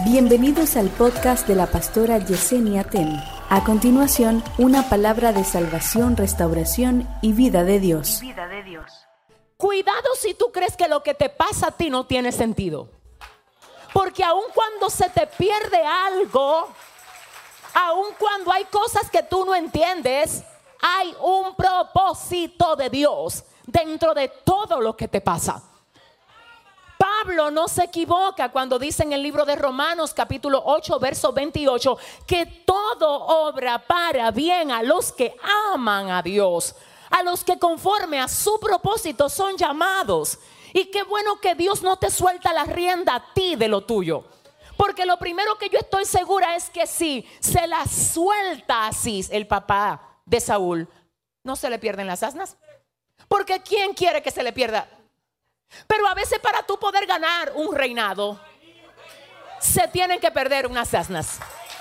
Bienvenidos al podcast de la pastora Yesenia Ten. A continuación, una palabra de salvación, restauración y vida de Dios. Cuidado si tú crees que lo que te pasa a ti no tiene sentido. Porque aun cuando se te pierde algo, aun cuando hay cosas que tú no entiendes, hay un propósito de Dios dentro de todo lo que te pasa. Pablo no se equivoca cuando dice en el libro de Romanos capítulo 8 verso 28 que todo obra para bien a los que aman a Dios, a los que conforme a su propósito son llamados. Y qué bueno que Dios no te suelta la rienda a ti de lo tuyo, porque lo primero que yo estoy segura es que si se la suelta así el papá de Saúl, no se le pierden las asnas. Porque ¿quién quiere que se le pierda? Pero a veces para tú poder ganar un reinado se tienen que perder unas asnas.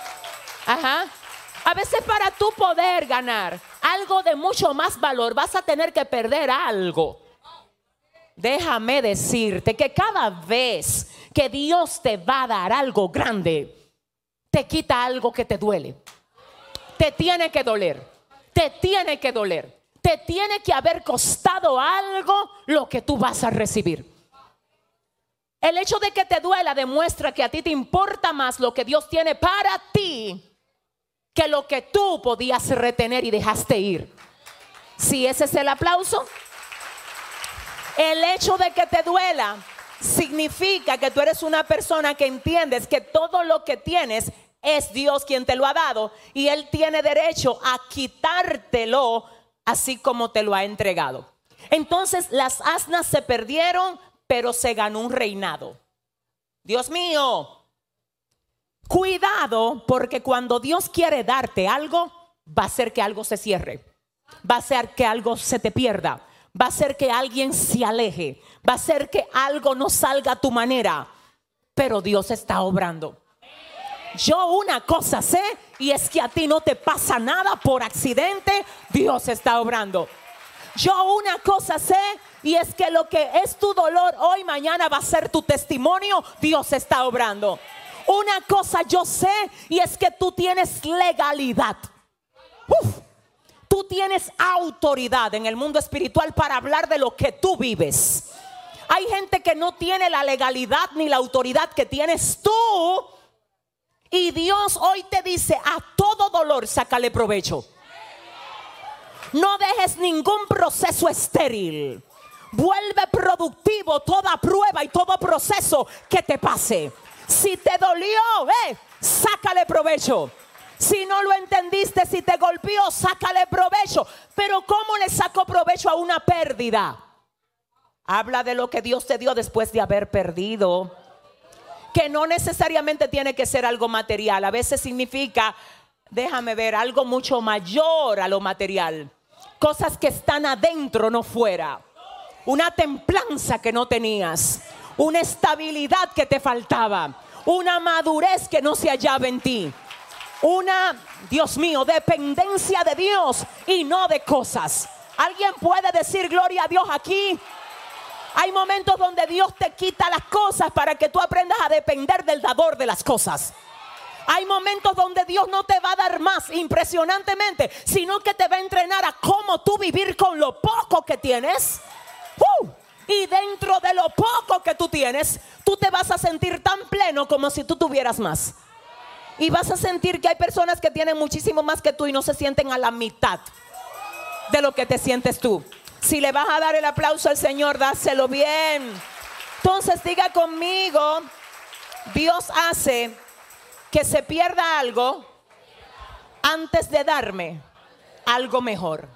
A veces para tú poder ganar algo de mucho más valor vas a tener que perder algo. Déjame decirte que cada vez que Dios te va a dar algo grande, te quita algo que te duele. Te tiene que doler. Te tiene que doler. Te tiene que haber costado algo lo que tú vas a recibir. El hecho de que te duela demuestra que a ti te importa más lo que Dios tiene para ti que lo que tú podías retener y dejaste ir. Si ese es el aplauso. El hecho de que te duela significa que tú eres una persona que entiendes que todo lo que tienes es Dios quien te lo ha dado y Él tiene derecho a quitártelo así como te lo ha entregado. Entonces las asnas se perdieron, pero se ganó un reinado. Dios mío, cuidado, porque cuando Dios quiere darte algo, va a hacer que algo se cierre, va a hacer que algo se te pierda, va a hacer que alguien se aleje, va a hacer que algo no salga a tu manera. Pero Dios está obrando. Yo una cosa sé, y es que a ti no te pasa nada por accidente. Dios está obrando. Yo una cosa sé, y es que lo que es tu dolor hoy, mañana va a ser tu testimonio. Dios está obrando. Una cosa yo sé, y es que tú tienes legalidad. Tú tienes autoridad en el mundo espiritual para hablar de lo que tú vives. Hay gente que no tiene la legalidad ni la autoridad que tienes tú. Y Dios hoy te dice: a todo dolor sácale provecho. No dejes ningún proceso estéril. Vuelve productivo toda prueba y todo proceso que te pase. Si te dolió, sácale provecho. Si no lo entendiste, si te golpeó, sácale provecho. Pero ¿cómo le saco provecho a una pérdida? Habla de lo que Dios te dio después de haber perdido. Que no necesariamente tiene que ser algo material. A veces significa, déjame ver, algo mucho mayor a lo material. Cosas que están adentro, no fuera. Una templanza que no tenías. Una estabilidad que te faltaba. Una madurez que no se hallaba en ti. Una, Dios mío, dependencia de Dios y no de cosas. ¿Alguien puede decir gloria a Dios aquí? Hay momentos donde Dios te quita las cosas para que tú aprendas a depender del dador de las cosas. Hay momentos donde Dios no te va a dar más impresionantemente, sino que te va a entrenar a cómo tú vivir con lo poco que tienes. Y dentro de lo poco que tú tienes, tú te vas a sentir tan pleno como si tú tuvieras más. Y vas a sentir que hay personas que tienen muchísimo más que tú y no se sienten a la mitad de lo que te sientes tú. Si le vas a dar el aplauso al Señor, dáselo bien. Entonces diga conmigo: Dios hace que se pierda algo antes de darme algo mejor.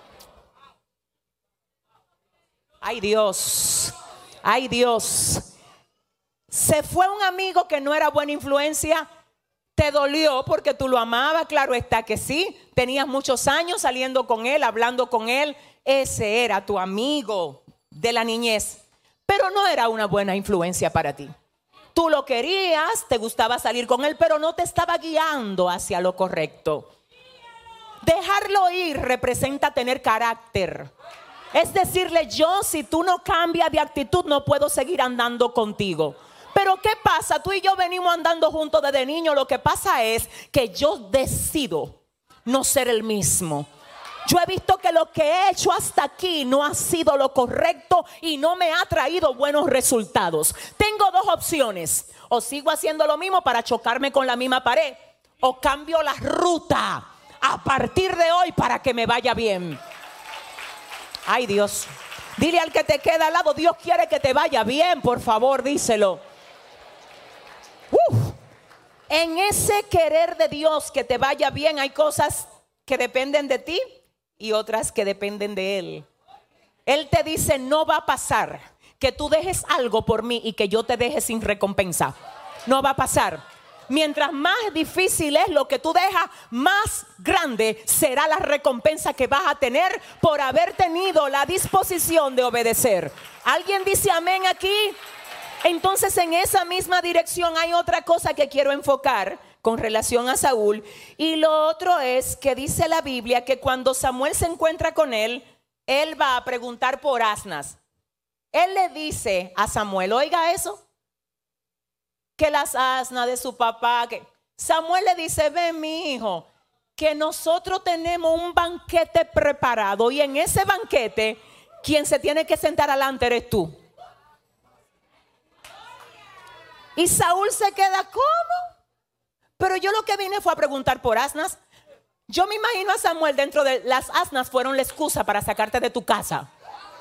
Ay Dios, ay Dios. Se fue un amigo que no era buena influencia. Te dolió porque tú lo amabas, claro está que sí. Tenías muchos años saliendo con él, hablando con él. Ese era tu amigo de la niñez, pero no era una buena influencia para ti. Tú lo querías, te gustaba salir con él, pero no te estaba guiando hacia lo correcto. Dejarlo ir representa tener carácter. Es decirle: yo, si tú no cambias de actitud, no puedo seguir andando contigo. Pero ¿qué pasa? Tú y yo venimos andando juntos desde niño. Lo que pasa es que yo decido no ser el mismo. Yo he visto que lo que he hecho hasta aquí no ha sido lo correcto y no me ha traído buenos resultados. Tengo dos opciones: o sigo haciendo lo mismo para chocarme con la misma pared, o cambio la ruta a partir de hoy para que me vaya bien. Ay, Dios. Dile al que te queda al lado: Dios quiere que te vaya bien, por favor, díselo. En ese querer de Dios que te vaya bien, hay cosas que dependen de ti y otras que dependen de Él. Él te dice: no va a pasar que tú dejes algo por mí y que yo te deje sin recompensa. No va a pasar. Mientras más difícil es lo que tú dejas, más grande será la recompensa que vas a tener por haber tenido la disposición de obedecer. ¿Alguien dice amén aquí? Entonces, en esa misma dirección hay otra cosa que quiero enfocar con relación a Saúl. Y lo otro es que dice la Biblia que cuando Samuel se encuentra con él, él va a preguntar por asnas. Él le dice a Samuel: oiga eso, que las asnas de su papá, que Samuel le dice: ven, mi hijo, que nosotros tenemos un banquete preparado, y en ese banquete quien se tiene que sentar adelante eres tú. Y Saúl se queda: ¿cómo? Pero yo lo que vine fue a preguntar por asnas. Yo me imagino a Samuel dentro de las asnas fueron la excusa para sacarte de tu casa.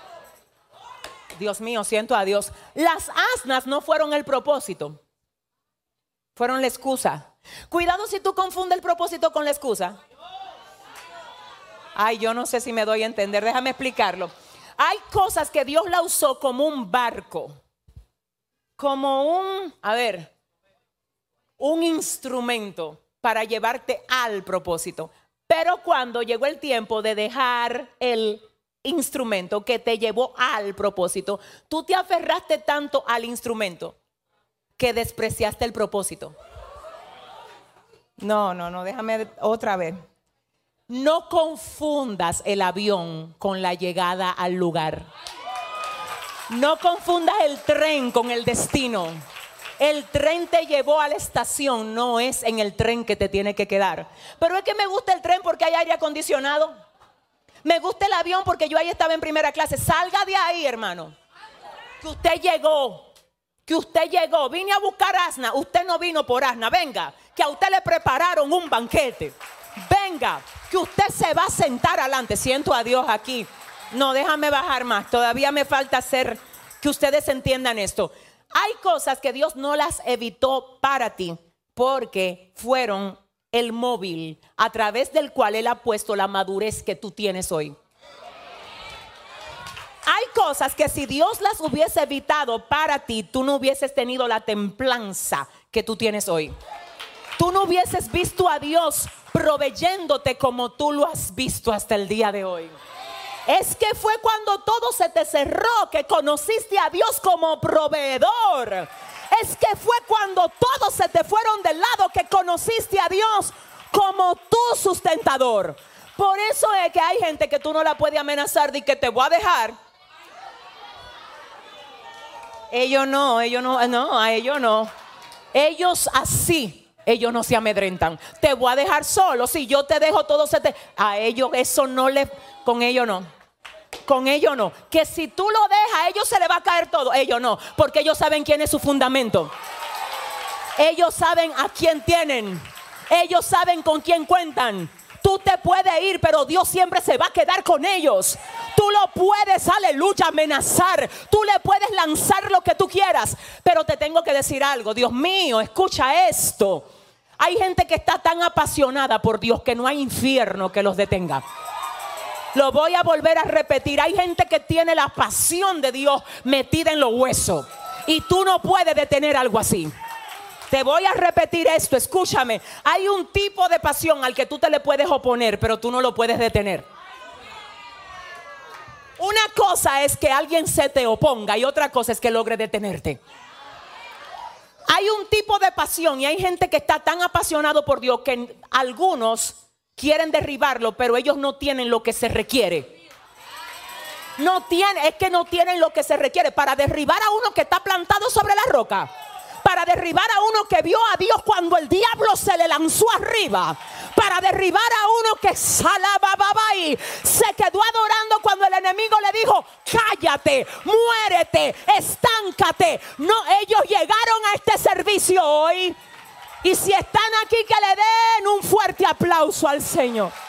Dios mío, siento a Dios. Las asnas no fueron el propósito, fueron la excusa. Cuidado si tú confundes el propósito con la excusa. Ay, yo no sé si me doy a entender, déjame explicarlo. Hay cosas que Dios la usó como un barco, como un instrumento para llevarte al propósito. Pero cuando llegó el tiempo de dejar el instrumento que te llevó al propósito, tú te aferraste tanto al instrumento que despreciaste el propósito. No, déjame otra vez. No confundas el avión con la llegada al lugar. No confundas el tren con el destino. El tren te llevó a la estación, no es en el tren que te tiene que quedar. Pero es que me gusta el tren porque hay aire acondicionado. Me gusta el avión porque yo ahí estaba en primera clase. Salga de ahí, hermano. Que usted llegó. Vine a buscar asna. Usted no vino por asna. Venga, que a usted le prepararon un banquete. Venga, que usted se va a sentar adelante. Siento a Dios aquí. No, déjame bajar más. Todavía me falta hacer que ustedes entiendan esto. Hay cosas que Dios no las evitó para ti porque fueron el móvil a través del cual Él ha puesto la madurez que tú tienes hoy. Hay cosas que si Dios las hubiese evitado para ti, tú no hubieses tenido la templanza que tú tienes hoy. Tú no hubieses visto a Dios proveyéndote como tú lo has visto hasta el día de hoy. Es que fue cuando todo se te cerró que conociste a Dios como proveedor. Es que fue cuando todos se te fueron del lado que conociste a Dios como tu sustentador. Por eso es que hay gente que tú no la puedes amenazar de que te voy a dejar. Ellos no. Ellos así, ellos no se amedrentan. Te voy a dejar solo. Si yo te dejo, todo se te... A ellos eso no le... Con ellos no. Con ellos no. Que si tú lo dejas, a ellos se les va a caer todo. Ellos no. Porque ellos saben quién es su fundamento. Ellos saben a quién tienen. Ellos saben con quién cuentan. Tú te puedes ir, pero Dios siempre se va a quedar con ellos. Tú lo puedes, aleluya, amenazar. Tú le puedes lanzar lo que tú quieras. Pero te tengo que decir algo. Dios mío, escucha esto. Hay gente que está tan apasionada por Dios que no hay infierno que los detenga. Lo voy a volver a repetir. Hay gente que tiene la pasión de Dios metida en los huesos. Y tú no puedes detener algo así. Te voy a repetir esto, escúchame. Hay un tipo de pasión al que tú te le puedes oponer, pero tú no lo puedes detener. Una cosa es que alguien se te oponga y otra cosa es que logre detenerte. Hay un tipo de pasión y hay gente que está tan apasionado por Dios que algunos quieren derribarlo, pero ellos no tienen lo que se requiere. Es que no tienen lo que se requiere para derribar a uno que está plantado sobre la roca. derribar a uno que vio a Dios cuando el diablo se le lanzó arriba, para derribar a uno que se quedó adorando cuando el enemigo le dijo: cállate, muérete, estáncate. No, ellos llegaron a este servicio hoy, y si están aquí, que le den un fuerte aplauso al Señor.